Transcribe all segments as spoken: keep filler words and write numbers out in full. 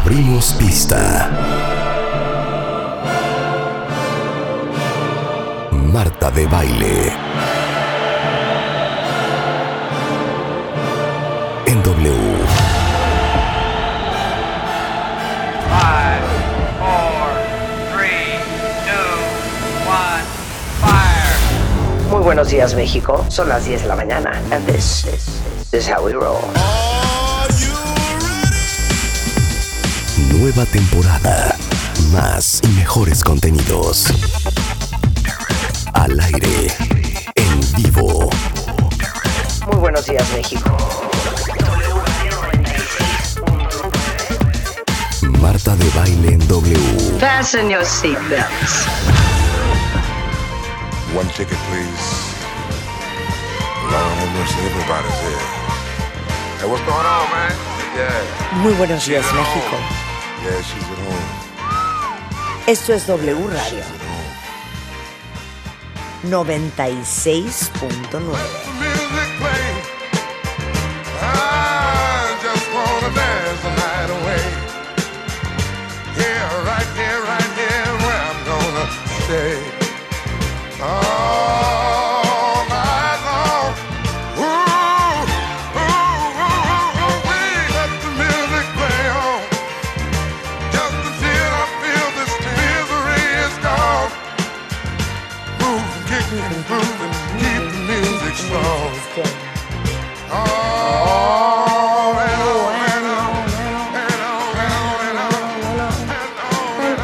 Abrimos pista. Marta de Baile. En W. Five, four, three, two, one, fire. Muy buenos días, México. Son las diez de la mañana. And this is, this is how we roll. Nueva temporada. Más y mejores contenidos. Al aire. En vivo. Muy buenos días, México. Marta de Baile en W. Fasten your seatbelts. One ticket, please. Lord have mercy, everybody's here. Hey, what's going on, man? Yeah. Muy buenos She's días, at México. home. Yeah, she's at home. Esto es W Radio She's at home. noventa y seis punto nueve. Music play. I just wanna dance the night away. Here, right here, right here, where I'm gonna stay. All night long. Ooh, ooh, ooh, ooh, ooh, we let the music play on. Just until I feel this misery is gone. Move, kick and groove and keep the music strong. Oh, and on, and on, and on, and on, and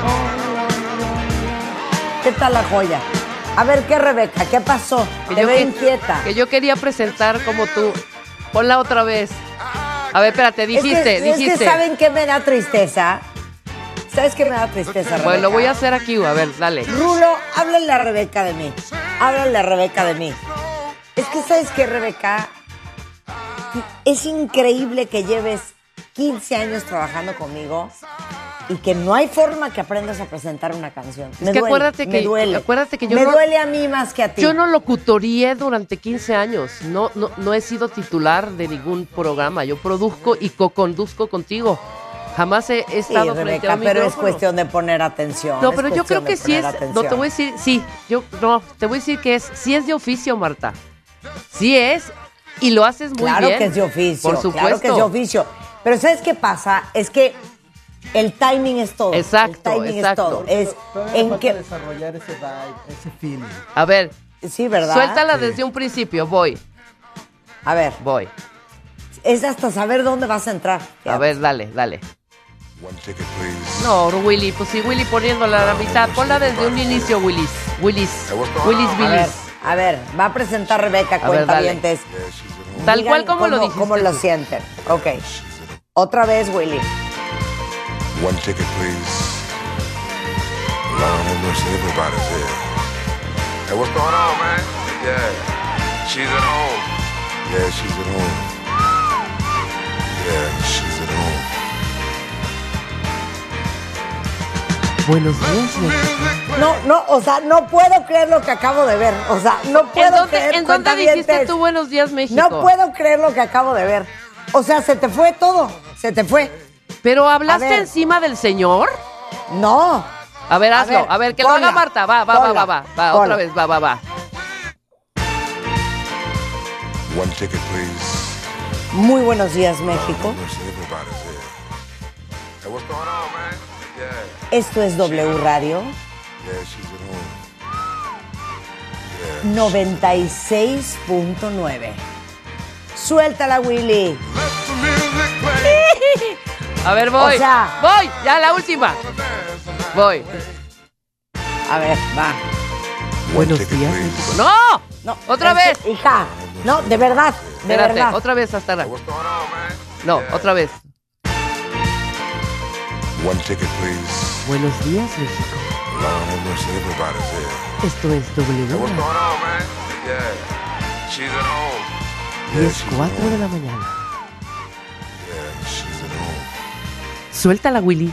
on. ¿Qué tal la joya? A ver, ¿qué, Rebeca? ¿Qué pasó? Que Te yo veo que- inquieta. Que yo quería presentar como tú. Ponla otra vez. A ver, espérate, dijiste, es que, dijiste. Es que ¿saben qué me da tristeza? ¿Sabes qué me da tristeza, Rebeca? Bueno, lo voy a hacer aquí, a ver, dale. Rulo, háblale a Rebeca de mí. Háblale a Rebeca de mí. Es que, ¿sabes qué, Rebeca? Es increíble que lleves quince años trabajando conmigo y que no hay forma que aprendas a presentar una canción. Me que duele, acuérdate me que- duele. acuérdate que yo Me no- duele a mí más que a ti. Yo no locutorié durante quince años. No, no, no he sido titular de ningún programa. Yo produzco y co-conduzco contigo. Jamás he, he Sí, estado frente Rebeca, a un pero es micrófono. cuestión de poner atención. No, es pero yo cuestión creo que de sí es. poner No, te atención. voy a decir, sí. Yo, no, te voy a decir que es. Sí es de oficio, Marta. Sí es. Y lo haces muy Claro bien. que es de oficio. Por supuesto. Claro que es de oficio. Pero ¿sabes qué pasa? Es que el timing es todo. Exacto, El timing exacto. es todo. Es Todavía en falta que... desarrollar ese vibe, ese feeling. A ver, Sí, ¿verdad? suéltala Sí. desde un principio. Voy, A ver, voy. es hasta saber dónde vas a entrar. A ver, dale, dale. One ticket, please. No, Willy, pues sí, Willy poniéndola a la mitad. Ponla desde un inicio, Willis. Willis. Willis, A ver, Willis. a ver, va a presentar Rebeca, A ver, dale. cuentavientes. Yeah, she's at home. Tal Digan cual como lo cómo- dijiste cómo lo tú. sienten. Ok. Otra vez, Willy. One ticket, please. Lord have mercy, everybody's here. Hey, what's going on, man? Yeah, she's at home. Yeah, she's at home. Yeah, she's at home. Buenos días, México. Music play. No, no, o sea, no puedo creer lo que acabo de ver. O sea, no ¿En puedo dónde, creer. ¿en dónde dijiste cuentavientes. tú buenos días, México? No puedo creer lo que acabo de ver. O sea, se te fue todo. Se te fue. ¿Pero hablaste A ver. encima del señor? No. A ver, hazlo. A ver, ver, que lo ponla, haga Marta. Va, va, va, ponla, va, va. Va, ponla. otra vez, va, va, va. One ticket, please. Muy buenos días, Lord México. have mercy, everybody's here. Hey, what's going on, man? Yeah, Esto es W Radio yeah, she's at home. noventa y seis punto nueve. Suéltala, Willy. Let the music play. A ver, voy. O sea- Voy, ya la última. Voy. A ver, va. Buenos ticket, días, please. México. ¡No! No, ¡Otra es vez! que, hija, no, de verdad, de Espérate, verdad. otra vez hasta la... Hey, what's going on, man? No, Yeah. otra vez. One ticket, please. Buenos días, México. Lord have mercy, everybody's here. Esto es Hey, W. what's going on, man? Yeah, she's at home. Yeah, diez, she's at cuatro home. de la mañana. Yeah, she's at home. Suéltala, Willy.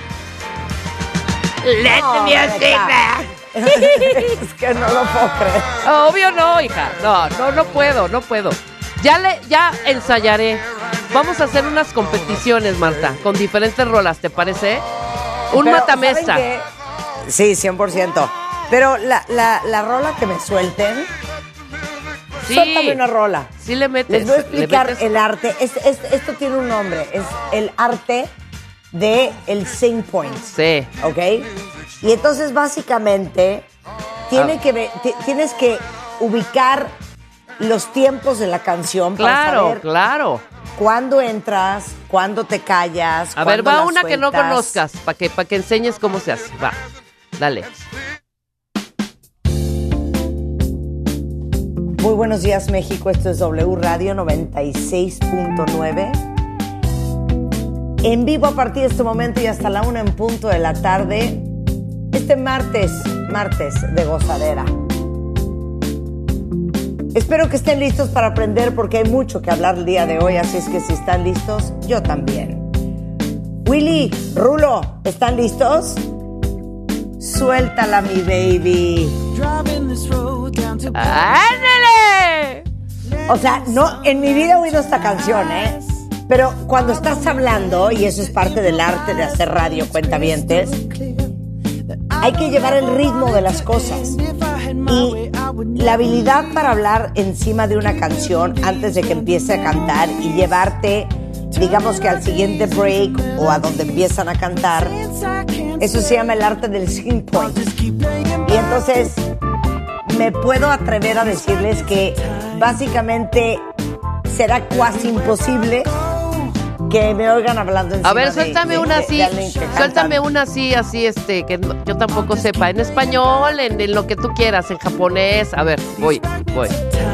Let No, me Rebeca. Es que no lo puedo creer. Obvio no, hija. No, no, no puedo, no puedo. Ya le, ya ensayaré. vamos a hacer unas competiciones, Marta, con diferentes rolas, ¿te parece? Un Pero, matamesta. ¿saben qué? Sí, cien por ciento. Pero la, la, la rola que me suelten, Sí, suéltame una rola. sí le metes. Les voy a le explicar metes- el arte. Es, es- esto tiene un nombre. Es el arte de el sing point. Sí. ¿Ok? Y entonces, básicamente, tiene Ah. que ve- ti- tienes que ubicar los tiempos de la canción para Claro, saber claro. cuándo entras, cuándo te callas. A ver, cuándo va la una que no sueltas. conozcas, para que, pa' que enseñes cómo se hace. Va, dale. Muy buenos días, México. Esto es W Radio noventa y seis punto nueve. En vivo a partir de este momento y hasta la una en punto de la tarde. Este martes, martes de gozadera. Espero que estén listos para aprender porque hay mucho que hablar el día de hoy. Así es que si están listos, yo también. Willy, Rulo, ¿están listos? Suéltala, mi baby. ¡Ándale! O sea, no, en mi vida he oído esta canción, ¿eh? Pero cuando estás hablando, y eso es parte del arte de hacer radio, cuentavientes, hay que llevar el ritmo de las cosas. Y la habilidad para hablar encima de una canción antes de que empiece a cantar y llevarte, digamos que al siguiente break o a donde empiezan a cantar, eso se llama el arte del sing point. Y entonces me puedo atrever a decirles que básicamente será cuasi imposible que me oigan hablando encima A ver, de- suéltame de- una de- así, de alguien que canta. suéltame una así, así, este, que no- yo tampoco sepa. En español, en, en lo que tú quieras, en japonés. A ver, voy, voy.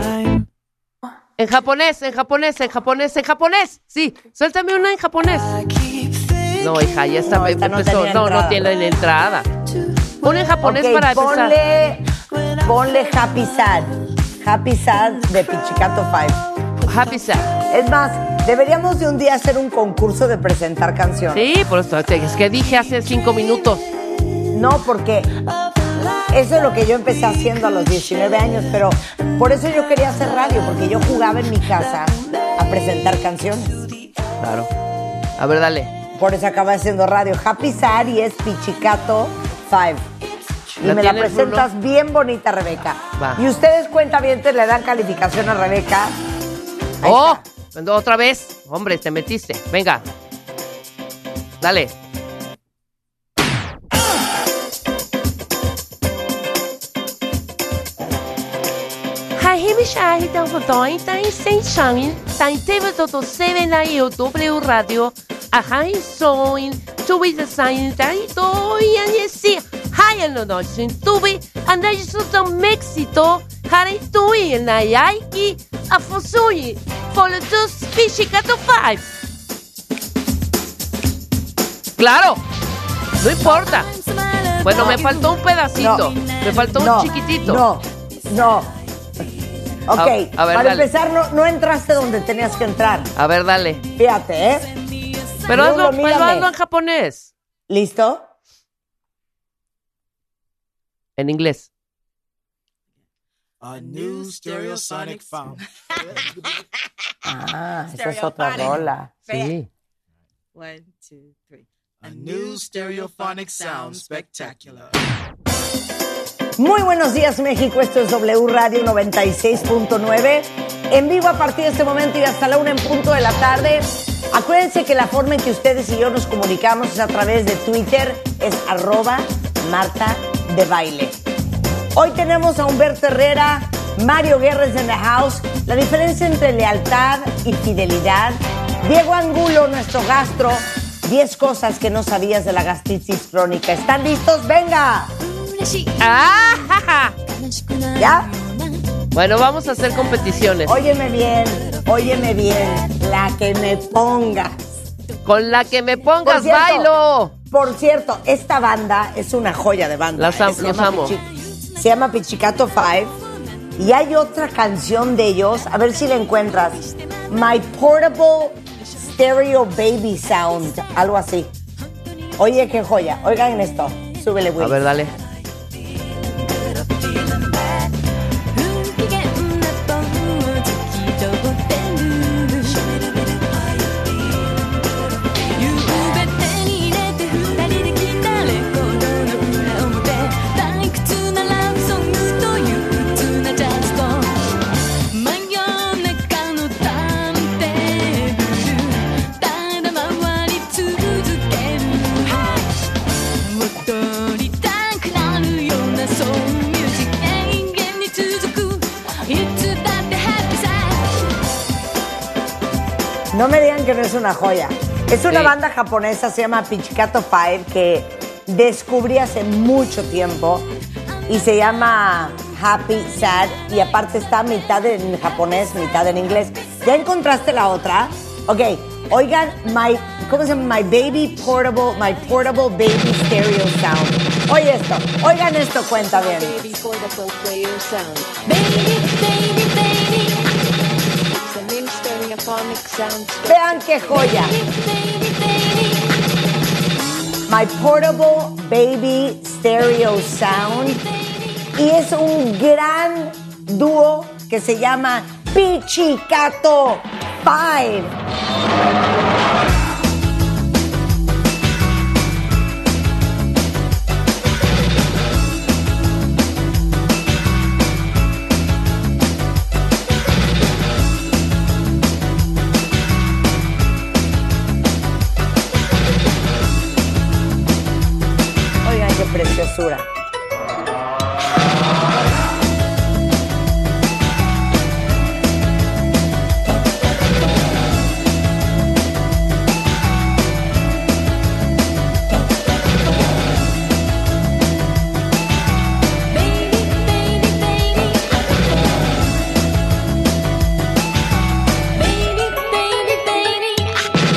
En japonés, en japonés, en japonés, en japonés. Sí, suéltame una en japonés. No, hija, ya está. No, esta no empezó. tenía No, no entrada. tiene entrada. Una en japonés Ok, para empezar. ponle, ponle Happy Sad. Happy Sad de Pichicato Five. Happy Sad. Es más, deberíamos de un día hacer un concurso de presentar canciones. Sí, por eso es que dije hace cinco minutos. No, porque eso es lo que yo empecé haciendo a los diecinueve años, pero por eso yo quería hacer radio, porque yo jugaba en mi casa a presentar canciones. Claro. A ver, dale. Por eso acabé haciendo radio. Happy Sad y es Pichicato Five. Y ¿La me la tienes, presentas Bruno? bien bonita, Rebeca. Va. Y ustedes, cuentavientes, le dan calificación a Rebeca. Ahí ¡Oh! está. Otra vez. Hombre, te metiste. Venga. Dale. W Radio. Ajá, soy tuve de sanitario y así. Hay no no sin tuve anda eso tan éxito. Harry tuve en la yaiki a fusui for the two Pichicato Five. Claro, no importa. Bueno, me faltó un pedacito. No. Me faltó No, un chiquitito. No, no. Ok, A- a ver, para dale. empezar, no, no entraste donde tenías que entrar. A ver, dale. Fíjate, ¿eh? Pero Bruno, hazlo, pero mírame. hazlo en japonés. ¿Listo? En inglés. A new stereosonic found. Ah, esa es otra rola. Sí. One, two, three. A new stereophonic sound spectacular. Muy buenos días, México. Esto es W Radio noventa y seis punto nueve. En vivo a partir de este momento y hasta la una en punto de la tarde. Acuérdense que la forma en que ustedes y yo nos comunicamos es a través de Twitter. Es arroba Marta de Baile. Hoy tenemos a Humberto Herrera, Mario Guerres en the house. La diferencia entre lealtad y fidelidad. Diego Angulo, nuestro gastro. diez cosas que no sabías de la gastritis crónica. ¿Están listos? ¡Venga! ¡Ah! ja, ja! ¿Ya? Bueno, vamos a hacer competiciones. Óyeme bien, óyeme bien, la que me pongas. Con la que me pongas, Por cierto, bailo. Por cierto, esta banda es una joya de banda. Las am- ¿eh? Se los llama amo. Pichi- se llama Pichicato Five. Y hay otra canción de ellos, a ver si la encuentras. My Portable Stereo Baby Sound, algo así. Oye, qué joya. Oigan esto. Súbele, güey. A ver, dale. que no es una joya. Es una Sí. banda japonesa, se llama Pizzicato Five, que descubrí hace mucho tiempo y se llama Happy, Sad, y aparte está mitad en japonés, mitad en inglés. ¿Ya encontraste la otra? Ok, oigan, my, ¿cómo se llama? My baby portable, my portable baby stereo sound. Oye esto, oigan esto, cuenta bien. Baby portable player sound. Baby, baby, baby. It's a new stereophonic sound. Vean qué joya. Baby, baby, My portable baby stereo sound. Y es un gran dúo que se llama Pizzicato Five. Oigan qué preciosura. baby, baby, baby. Baby, baby, baby.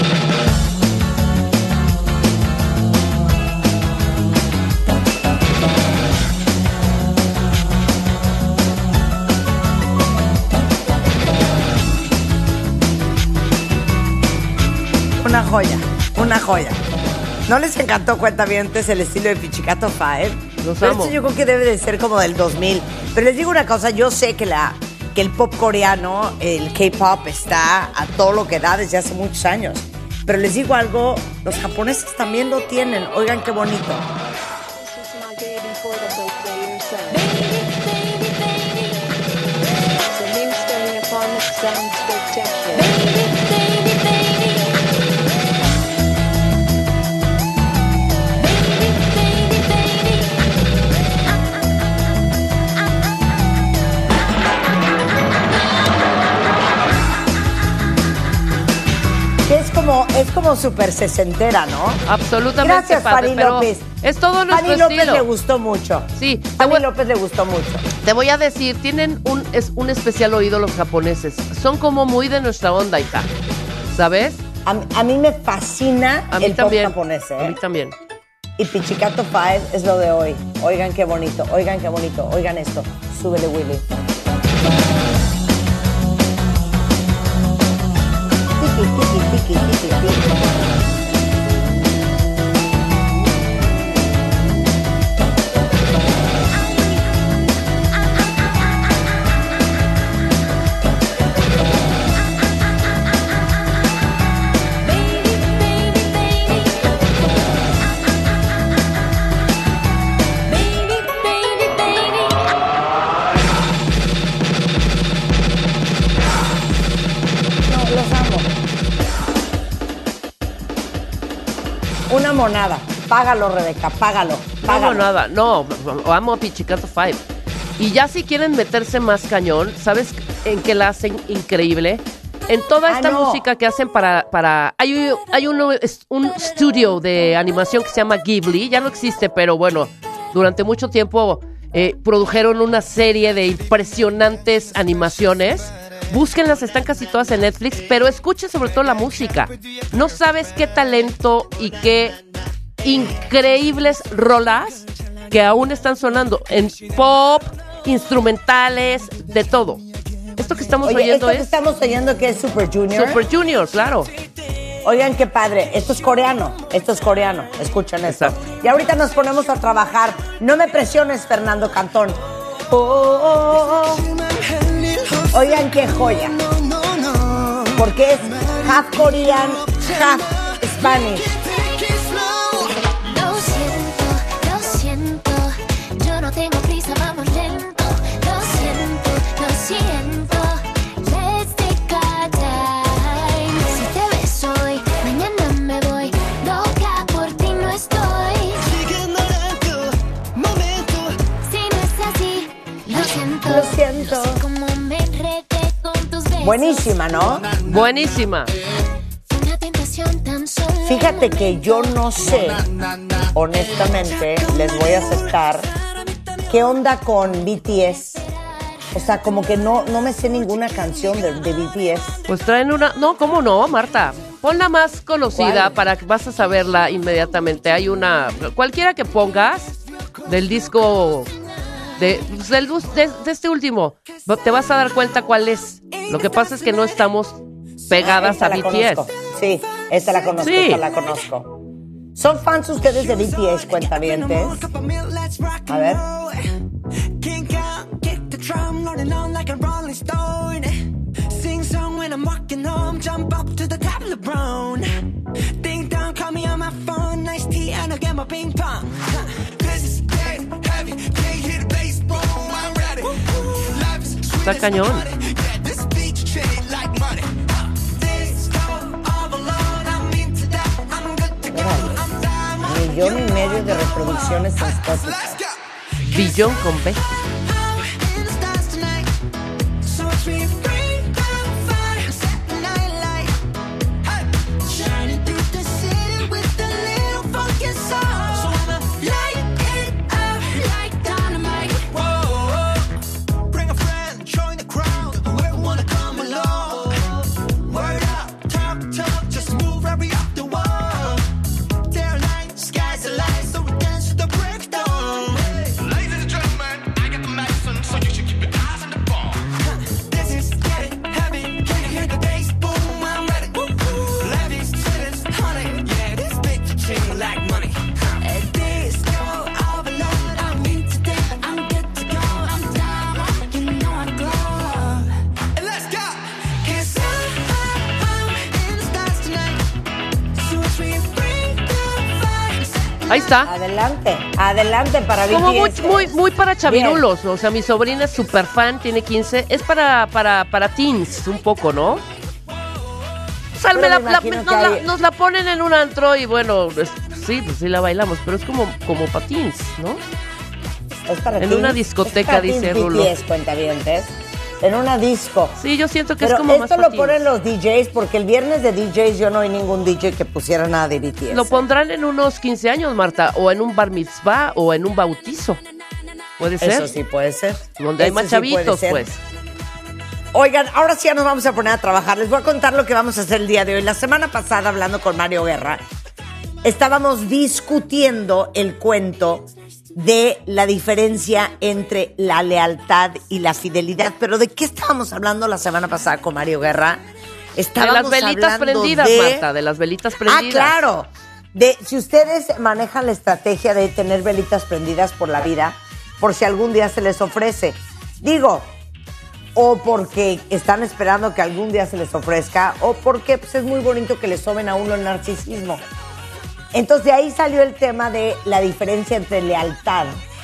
Una joya, una joya. ¿No les encantó, cuentavientes, el estilo de Pizzicato Five? Los Pero amo. esto yo creo que debe de ser como del dos mil. Pero les digo una cosa, yo sé que, la, que el pop coreano, el K-pop, está a todo lo que da desde hace muchos años. Pero les digo algo, los japoneses también lo tienen. Oigan qué bonito. This is my baby portable player sound. Baby, baby, baby. It's a new stereophonic sound spectacular. Baby, baby, baby. Baby, baby, baby. Que es como, es como súper sesentera, ¿no? Absolutamente. Gracias, padre, Fanny pero López. Es todo nuestro Fanny López estilo. le gustó mucho. Sí, te Fanny voy, López le gustó mucho. te voy a decir, tienen un, es un especial oído los japoneses. Son como muy de nuestra onda, hija. ¿Sabes? A, a mí me fascina A mí el también. pop japonés, ¿eh? A mí también. Y Pizzicato Five es lo de hoy. Oigan qué bonito, oigan qué bonito, oigan esto. Súbele, Willy. Tiki, tiki, tiki, tiki, tiki. Baby, baby, baby. Baby, baby, baby. No, los amo. Una monada. Págalo, Rebeca, págalo. No págalo. hago nada, no, amo a Pizzicato Five. Y ya si quieren meterse más cañón, ¿sabes en qué la hacen increíble? En toda Ah, esta no. música que hacen para... para hay hay uno, es un estudio de animación que se llama Ghibli, ya no existe, pero bueno, durante mucho tiempo eh, produjeron una serie de impresionantes animaciones. Búsquenlas, están casi todas en Netflix, pero escuchen sobre todo la música. No sabes qué talento y qué increíbles rolas que aún están sonando en pop, instrumentales, de todo. Esto que estamos Oye, oyendo esto que es estamos oyendo que es Super Junior. Super Junior, claro. Oigan qué padre, esto es coreano, esto es coreano, escuchen esto. Exacto. Y ahorita nos ponemos a trabajar. No me presiones, Fernando Cantón. Oh, oh, oh, oh. Oigan qué joya. Porque es half Korean, half Spanish. Lo siento, lo siento. Yo no tengo prisa, vamos lento. Lo siento, lo siento. Let's take our time. Si te ves hoy, mañana me voy. Loca por ti no estoy. Si no es así, lo siento. Lo siento. No sé cómo me enredé con tus besos. Buenísima, ¿no? Buenísima. Fue Fíjate que yo no sé, honestamente, les voy a aceptar, qué onda con B T S. O sea, como que no, no me sé ninguna canción de, de B T S. Pues traen una... No, ¿cómo no, Marta? Pon la más conocida. ¿Cuál? Para que vas a saberla inmediatamente. Hay una... Cualquiera que pongas del disco... De, del, de, de este último, te vas a dar cuenta cuál es. Lo que pasa es que no estamos pegadas Ah, a esta B la T S. conozco. Sí, esta la conozco, Sí. esta la conozco. ¿Son fans ustedes de B T S, cuentavientes? A ver. Está cañón. Órale. Millón y medio de reproducciones en Spotify. Billón con B. Ahí está. Adelante, adelante para Como muy, B T S. muy, muy para chavirulos. O sea, mi sobrina es súper fan, tiene quince. Es para, para, para teens, un poco, ¿no? O sea, Pero me la- me la- imagino nos, que la, hay- nos la ponen en un antro y bueno, es- sí, pues sí la bailamos, pero es como, como para teens, ¿no? Es para En ti. una discoteca, Es para ti, dice Rulo. B T S, cuentavientes. En una disco. Sí, yo siento que Pero es como más esto para lo ponen teens. los D Js porque el viernes de D Js yo no oí ningún D J que pusiera nada de B T S. Lo pondrán en unos quince años, Marta, o en un bar mitzvah, o en un bautizo. ¿Puede ser? Eso sí puede ser. Donde hay Eso más sí puede chavitos, ser. pues. Oigan, ahora sí ya nos vamos a poner a trabajar. Les voy a contar lo que vamos a hacer el día de hoy. La semana pasada, hablando con Mario Guerra, estábamos discutiendo el cuento de la diferencia entre la lealtad y la fidelidad. Pero ¿de qué estábamos hablando la semana pasada con Mario Guerra? De Estábamos las velitas hablando prendidas, de... Marta, de las velitas prendidas. Ah, claro. De, si ustedes manejan la estrategia de tener velitas prendidas por la vida, por si algún día se les ofrece. Digo, o porque están esperando que algún día se les ofrezca, o porque pues, es muy bonito que les soben a uno el narcisismo. Entonces de ahí salió el tema de la diferencia entre lealtad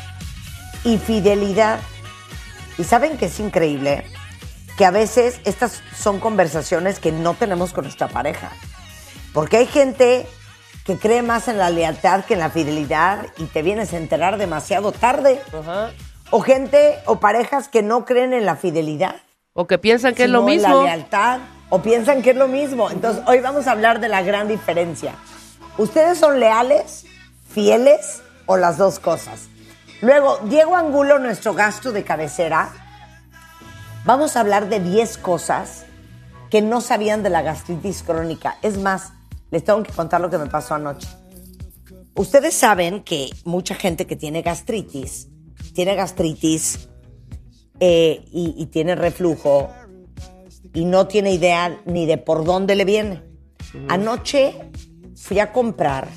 y fidelidad. Y saben que es increíble que a veces estas son conversaciones que no tenemos con nuestra pareja. Porque hay gente que cree más en la lealtad que en la fidelidad y te vienes a enterar demasiado tarde. Ajá. O gente o parejas que no creen en la fidelidad. O que piensan que es lo sino en mismo. la lealtad. O piensan que es lo mismo. Entonces, hoy vamos a hablar de la gran diferencia. ¿Ustedes son leales, fieles o las dos cosas? Luego, Diego Angulo, nuestro gastro de cabecera, vamos a hablar de diez cosas que no sabían de la gastritis crónica. Es más, les tengo que contar lo que me pasó anoche. Ustedes saben que mucha gente que tiene gastritis, tiene gastritis eh, y, y tiene reflujo y no tiene idea ni de por dónde le viene. Anoche fui a comprar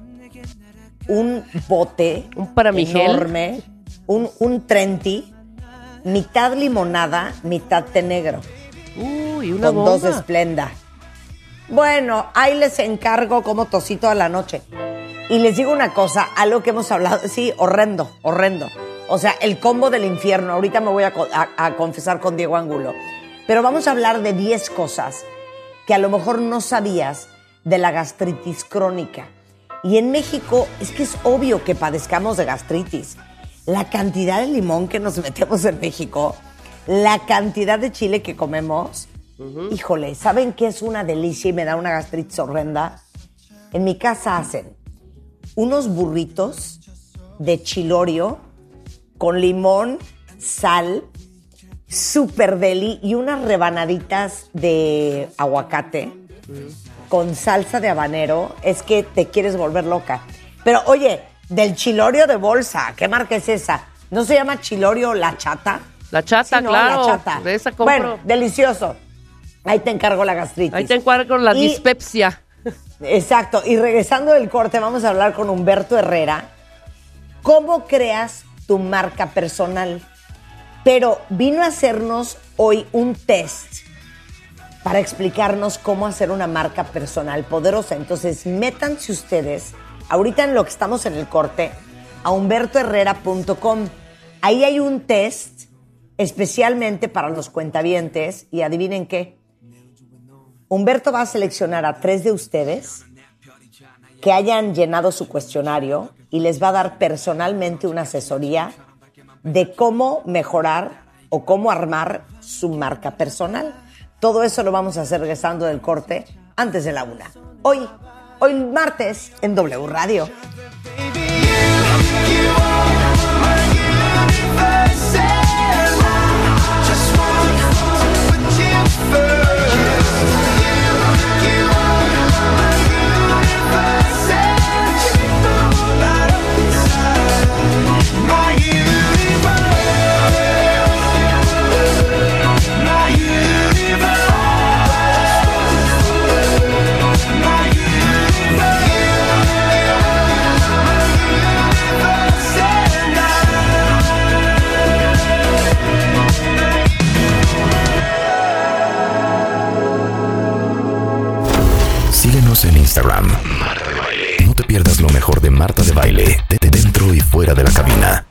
un bote Un para Miguel. enorme, un, un Trenti, mitad limonada, mitad té negro, Uy, una con bomba. dos Splenda. Bueno, ahí les encargo como tosí toda la noche. Y les digo una cosa, algo que hemos hablado, sí, horrendo, horrendo. O sea, el combo del infierno. Ahorita me voy a, co- a, a confesar con Diego Angulo. Pero vamos a hablar de diez cosas que a lo mejor no sabías de la gastritis crónica. Y en México es que es obvio que padezcamos de gastritis. La cantidad de limón que nos metemos en México, la cantidad de chile que comemos, híjole, ¿saben qué es una delicia y me da una gastritis horrenda? En mi casa hacen unos burritos de chilorio con limón, sal, super deli y unas rebanaditas de aguacate con salsa de habanero. Es que te quieres volver loca. Pero oye, del chilorio de bolsa, ¿qué marca es esa? ¿No se llama chilorio La Chata? La Chata, Sí, no, claro. La Chata. De esa compro. Bueno, delicioso. Ahí te encargo la gastritis. Ahí te encuentro la Y- dispepsia. Exacto. Y regresando del corte, vamos a hablar con Humberto Herrera. ¿Cómo creas tu marca personal? Pero vino a hacernos hoy un test para explicarnos cómo hacer una marca personal poderosa. Entonces, métanse ustedes, ahorita en lo que estamos en el corte, a humberto herrera punto com. Ahí hay un test especialmente para los cuentavientes y adivinen qué. Humberto va a seleccionar a tres de ustedes que hayan llenado su cuestionario y les va a dar personalmente una asesoría de cómo mejorar o cómo armar su marca personal. Todo eso lo vamos a hacer regresando del corte antes de la una. Hoy, hoy martes en W Radio. Síguenos en Instagram. Marta de Baile. No te pierdas lo mejor de Marta de Baile, de dentro y fuera de la cabina.